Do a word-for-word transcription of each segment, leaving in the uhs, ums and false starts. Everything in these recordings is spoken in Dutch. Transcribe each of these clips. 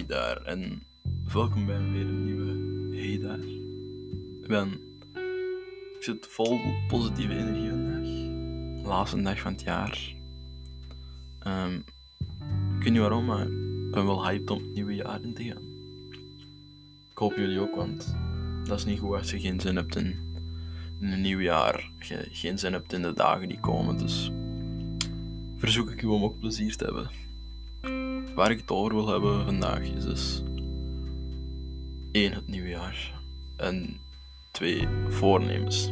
daar en welkom bij weer een nieuwe Hey daar. Ik ben... Ik zit vol positieve energie vandaag. De laatste dag van het jaar. Um, ik weet niet waarom, maar ik ben wel hyped om het nieuwe jaar in te gaan. Ik hoop jullie ook, want dat is niet goed als je geen zin hebt in, in een nieuw jaar. Als je geen zin hebt in de dagen die komen, dus verzoek ik u om ook plezier te hebben. Waar ik het over wil hebben vandaag is dus één, het nieuwe jaar en twee, voornemens.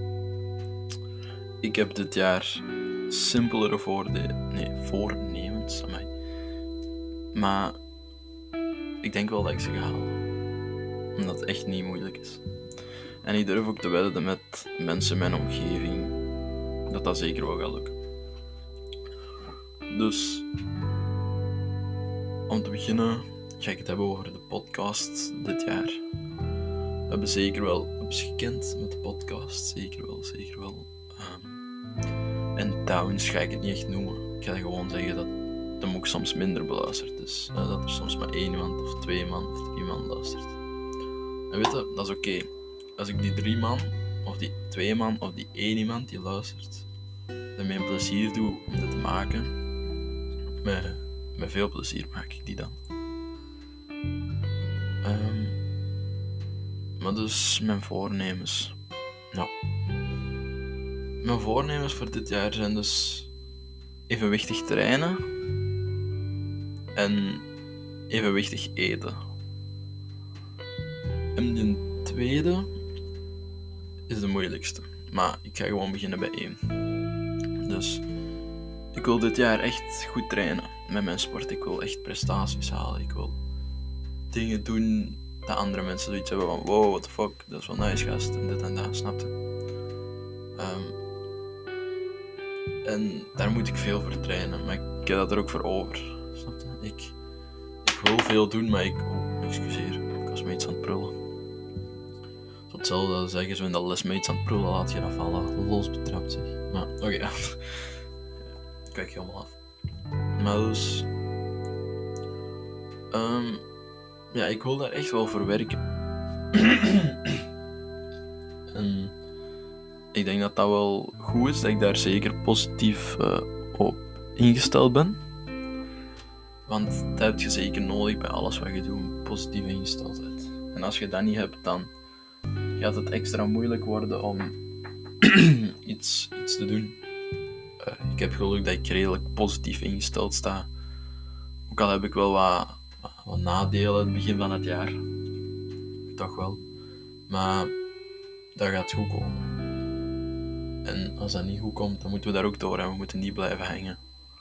Ik heb dit jaar simpelere voorde- nee, voornemens, amai. Maar ik denk wel dat ik ze ga halen, omdat het echt niet moeilijk is. En ik durf ook te wedden met mensen in mijn omgeving dat dat zeker wel gaat lukken. Dus om te beginnen ga ik het hebben over de podcast dit jaar. We hebben zeker wel ups gekend met de podcast, zeker wel, zeker wel. Um, en downs ga ik het niet echt noemen. Ik ga gewoon zeggen dat de ook soms minder beluisterd is. Uh, dat er soms maar één man of twee man of drie man luistert. En weet je, dat is oké. Okay. Als ik die drie man, of die twee man, of die één iemand die luistert, dat mij een plezier doe om dit te maken, met, met veel plezier maak ik die dan. Um, maar dus mijn voornemens. Nou, mijn voornemens voor dit jaar zijn dus evenwichtig trainen en evenwichtig eten. En die tweede is de moeilijkste, maar ik ga gewoon beginnen bij één. Dus ik wil dit jaar echt goed trainen met mijn sport. Ik wil echt prestaties halen. Ik wil dingen doen dat andere mensen zoiets hebben van wow, what the fuck, dat is wel nice gast en dit en dat, snap je? Um, en daar moet ik veel voor trainen, maar ik heb dat er ook voor over, snap je? Ik, ik wil veel doen, maar ik... Oh, excuseer, ik was me iets aan het prullen. Zo hetzelfde zeggen, zo in dat les me iets aan het prullen, laat je dat vallen, los betrapt zich. Maar oké, okay, ja. Kijk helemaal af. Maar dus... Um, ja, ik wil daar echt wel voor werken. En ik denk dat dat wel goed is, dat ik daar zeker positief uh, op ingesteld ben. Want dat heb je zeker nodig bij alles wat je doet, positieve ingesteldheid. En als je dat niet hebt, dan gaat het extra moeilijk worden om iets, iets te doen. Uh, ik heb geluk dat ik redelijk positief ingesteld sta. Ook al heb ik wel wat, wat, wat nadelen in het begin van het jaar. Toch wel. Maar dat gaat goed komen. En als dat niet goed komt, dan moeten we daar ook door en we moeten niet blijven hangen.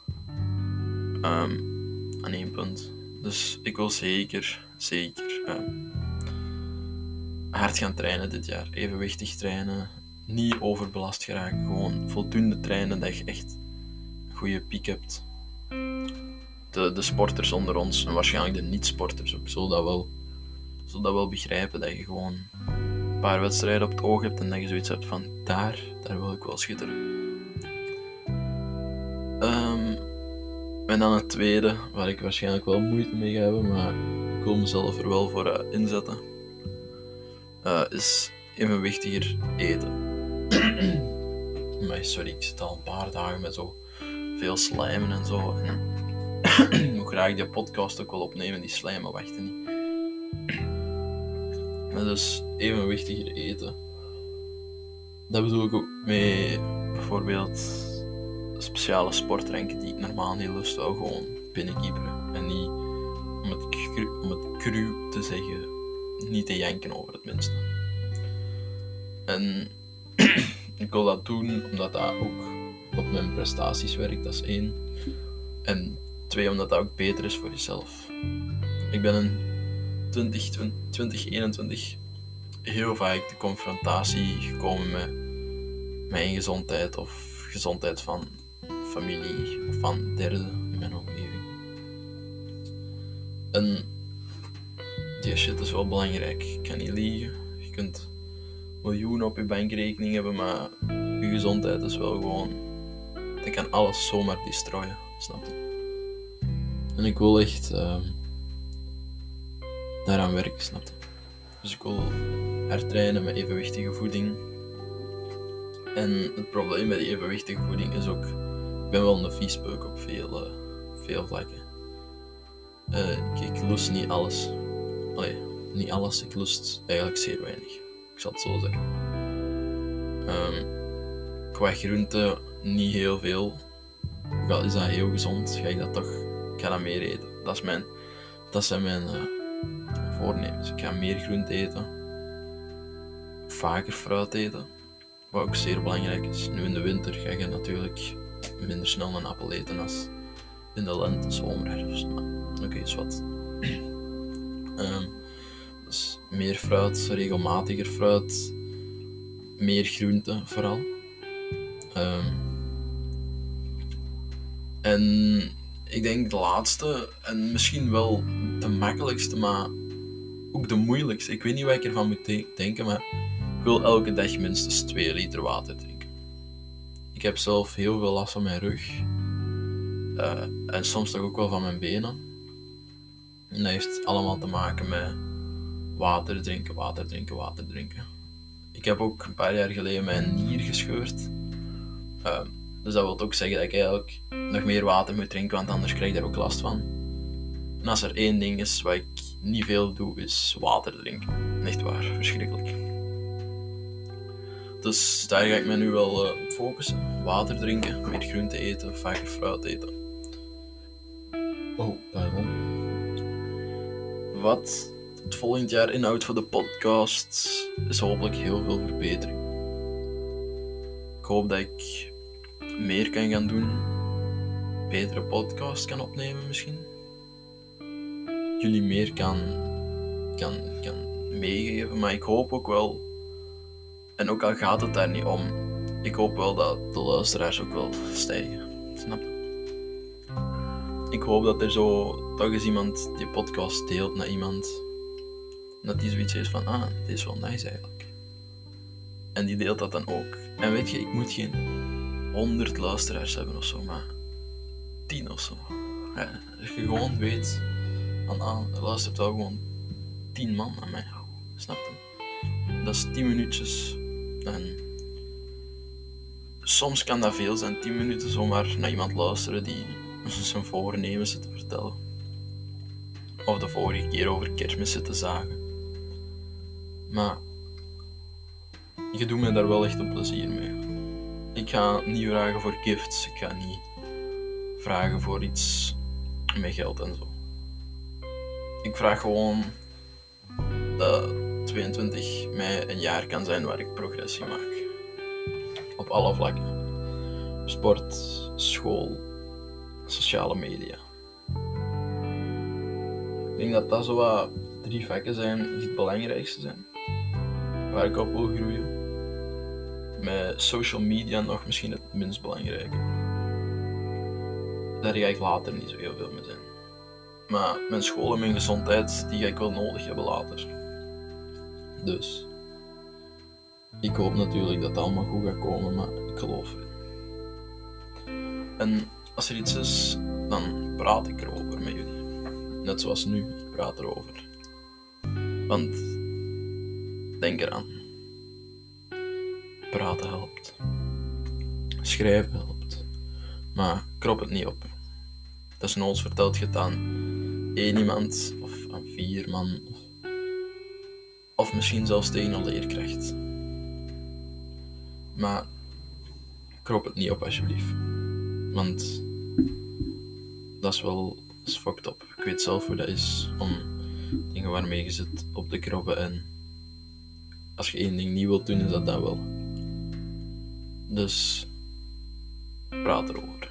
Um, aan één punt. Dus ik wil zeker, zeker uh, hard gaan trainen dit jaar. Evenwichtig trainen. Niet overbelast geraken. Gewoon voldoende trainen dat je echt een goede piek hebt. De, de sporters onder ons, en waarschijnlijk de niet-sporters ook, zullen dat wel, zullen dat wel begrijpen. Dat je gewoon een paar wedstrijden op het oog hebt en dat je zoiets hebt van daar, daar wil ik wel schitteren. Um, en dan het tweede, waar ik waarschijnlijk wel moeite mee ga hebben, maar ik wil mezelf er wel voor uh, inzetten, uh, is evenwichtiger eten. Maar sorry, ik zit al een paar dagen met zo veel slijmen en zo. En hoe graag ik die podcast ook wil opnemen, die slijmen wachten niet. Maar dus evenwichtiger eten. Dat bedoel ik ook mee bijvoorbeeld speciale sportdranken die ik normaal niet lust, wel gewoon binnenkieperen. En niet, om het, cru, om het cru te zeggen, niet te janken over het minste. En ik wil dat doen omdat dat ook op mijn prestaties werkt, dat is één. En twee, omdat dat ook beter is voor jezelf. Ik ben in twintig eenentwintig heel vaak de confrontatie gekomen met mijn gezondheid of gezondheid van familie of van derden in mijn omgeving. En die shit is wel belangrijk. Ik kan niet liegen. Je kunt miljoenen op je bankrekening hebben, maar je gezondheid is wel gewoon... Dat kan alles zomaar destroyen, snap je? En ik wil echt... Uh, daaraan werken, snap je? Dus ik wil hard trainen met evenwichtige voeding. En het probleem met die evenwichtige voeding is ook, ik ben wel een viespeuk op veel, uh, veel vlakken. Uh, ik, ik lust niet alles. Allee, niet alles, ik lust eigenlijk zeer weinig. Ik zal het zo zeggen. Um, qua groente niet heel veel. Ook al is dat heel gezond, ga ik dat toch, ik ga dat meer eten. Dat, is mijn, dat zijn mijn uh, voornemens. Ik ga meer groente eten. Vaker fruit eten. Wat ook zeer belangrijk is. Nu in de winter ga je natuurlijk minder snel een appel eten als in de lente, zomer, herfst. Maar oké, okay, is wat. um, dus meer fruit, regelmatiger fruit. Meer groente vooral. Um, en ik denk de laatste, en misschien wel de makkelijkste, maar ook de moeilijkste. Ik weet niet wat ik ervan moet de- denken, maar ik wil elke dag minstens twee liter water drinken. Ik heb zelf heel veel last van mijn rug. Uh, en soms toch ook wel van mijn benen. En dat heeft allemaal te maken met water drinken, water drinken, water drinken. Ik heb ook een paar jaar geleden mijn nier gescheurd. Uh, dus dat wil ook zeggen dat ik eigenlijk nog meer water moet drinken, want anders krijg ik daar ook last van. En als er één ding is wat ik niet veel doe, is water drinken. Echt waar, verschrikkelijk. Dus daar ga ik me nu wel uh, op focussen. Water drinken, meer groente eten, vaker fruit eten. Oh, pardon. Wat het volgend jaar inhoudt voor de podcast is hopelijk heel veel verbetering. Ik hoop dat ik meer kan gaan doen. Betere podcast kan opnemen misschien. Jullie meer kan, kan, kan meegeven. Maar ik hoop ook wel, en ook al gaat het daar niet om, ik hoop wel dat de luisteraars ook wel stijgen. Snap je? Ik hoop dat er zo toch eens iemand die podcast deelt naar iemand. Dat die zoiets heeft van, ah, dit is wel nice eigenlijk. En die deelt dat dan ook. En weet je, ik moet geen honderd luisteraars hebben of zo, maar tien of zo. Ja, dat je gewoon weet, van, ah, er luistert wel gewoon tien man aan mij. Snap je? Dat is tien minuutjes. En soms kan dat veel zijn, tien minuten zomaar naar iemand luisteren die zijn voornemens zit te vertellen. Of de vorige keer over Kerstmis zit te zagen. Maar je doet me daar wel echt een plezier mee. Ik ga niet vragen voor gifts, ik ga niet vragen voor iets met geld en zo. Ik vraag gewoon dat tweeëntwintig mei een jaar kan zijn waar ik progressie maak. Op alle vlakken. Sport, school, sociale media. Ik denk dat dat zo wat drie vakken zijn die het belangrijkste zijn. Waar ik op wil groeien. Met social media nog misschien het minst belangrijke. Daar ga ik later niet zo heel veel mee zijn. Maar mijn school en mijn gezondheid, die ga ik wel nodig hebben later. Dus ik hoop natuurlijk dat het allemaal goed gaat komen, maar ik geloof erin. En als er iets is, dan praat ik erover met jullie. Net zoals nu, ik praat erover. Want denk eraan. Praten helpt. Schrijven helpt. Maar krop het niet op. Desnoods vertelt je het aan één iemand of aan vier man. Of, of misschien zelfs tegen een leerkracht. Maar krop het niet op alsjeblieft. Want dat is wel dat is fucked up. Ik weet zelf hoe dat is om dingen waarmee je zit op te kroppen. En als je één ding niet wilt doen, is dat dat wel. Dus praat erover.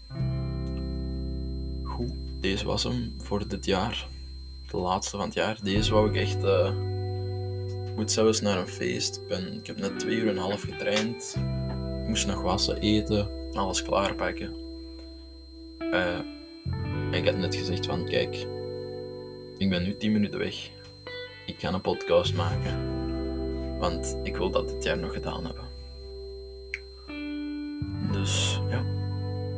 Goed, deze was hem voor dit jaar. De laatste van het jaar. Deze wou ik echt... Uh, ik moet zelfs naar een feest. Ik, ben, ik heb net twee uur en een half getraind. Ik moest nog wassen, eten, alles klaarpakken. Uh, en ik had net gezegd van, kijk, ik ben nu tien minuten weg. Ik ga een podcast maken. Want ik wil dat dit jaar nog gedaan hebben. Dus ja.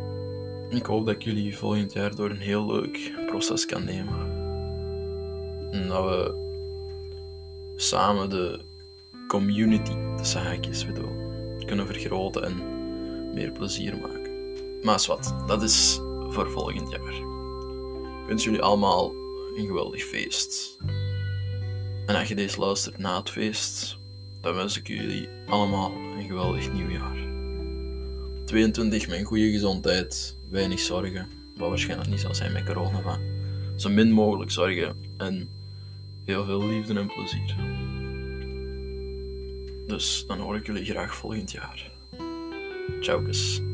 Ik hoop dat ik jullie volgend jaar door een heel leuk proces kan nemen. En dat we samen de community, tussen haakjes bedoel, kunnen vergroten en meer plezier maken. Maar is wat, dat is voor volgend jaar. Ik wens jullie allemaal een geweldig feest. En als je deze luistert na het feest, dan wens ik jullie allemaal een geweldig nieuwjaar. tweeëntwintig met een goede gezondheid, weinig zorgen, wat waarschijnlijk niet zal zijn met corona, maar zo min mogelijk zorgen en heel veel liefde en plezier. Dus dan hoor ik jullie graag volgend jaar. Ciao.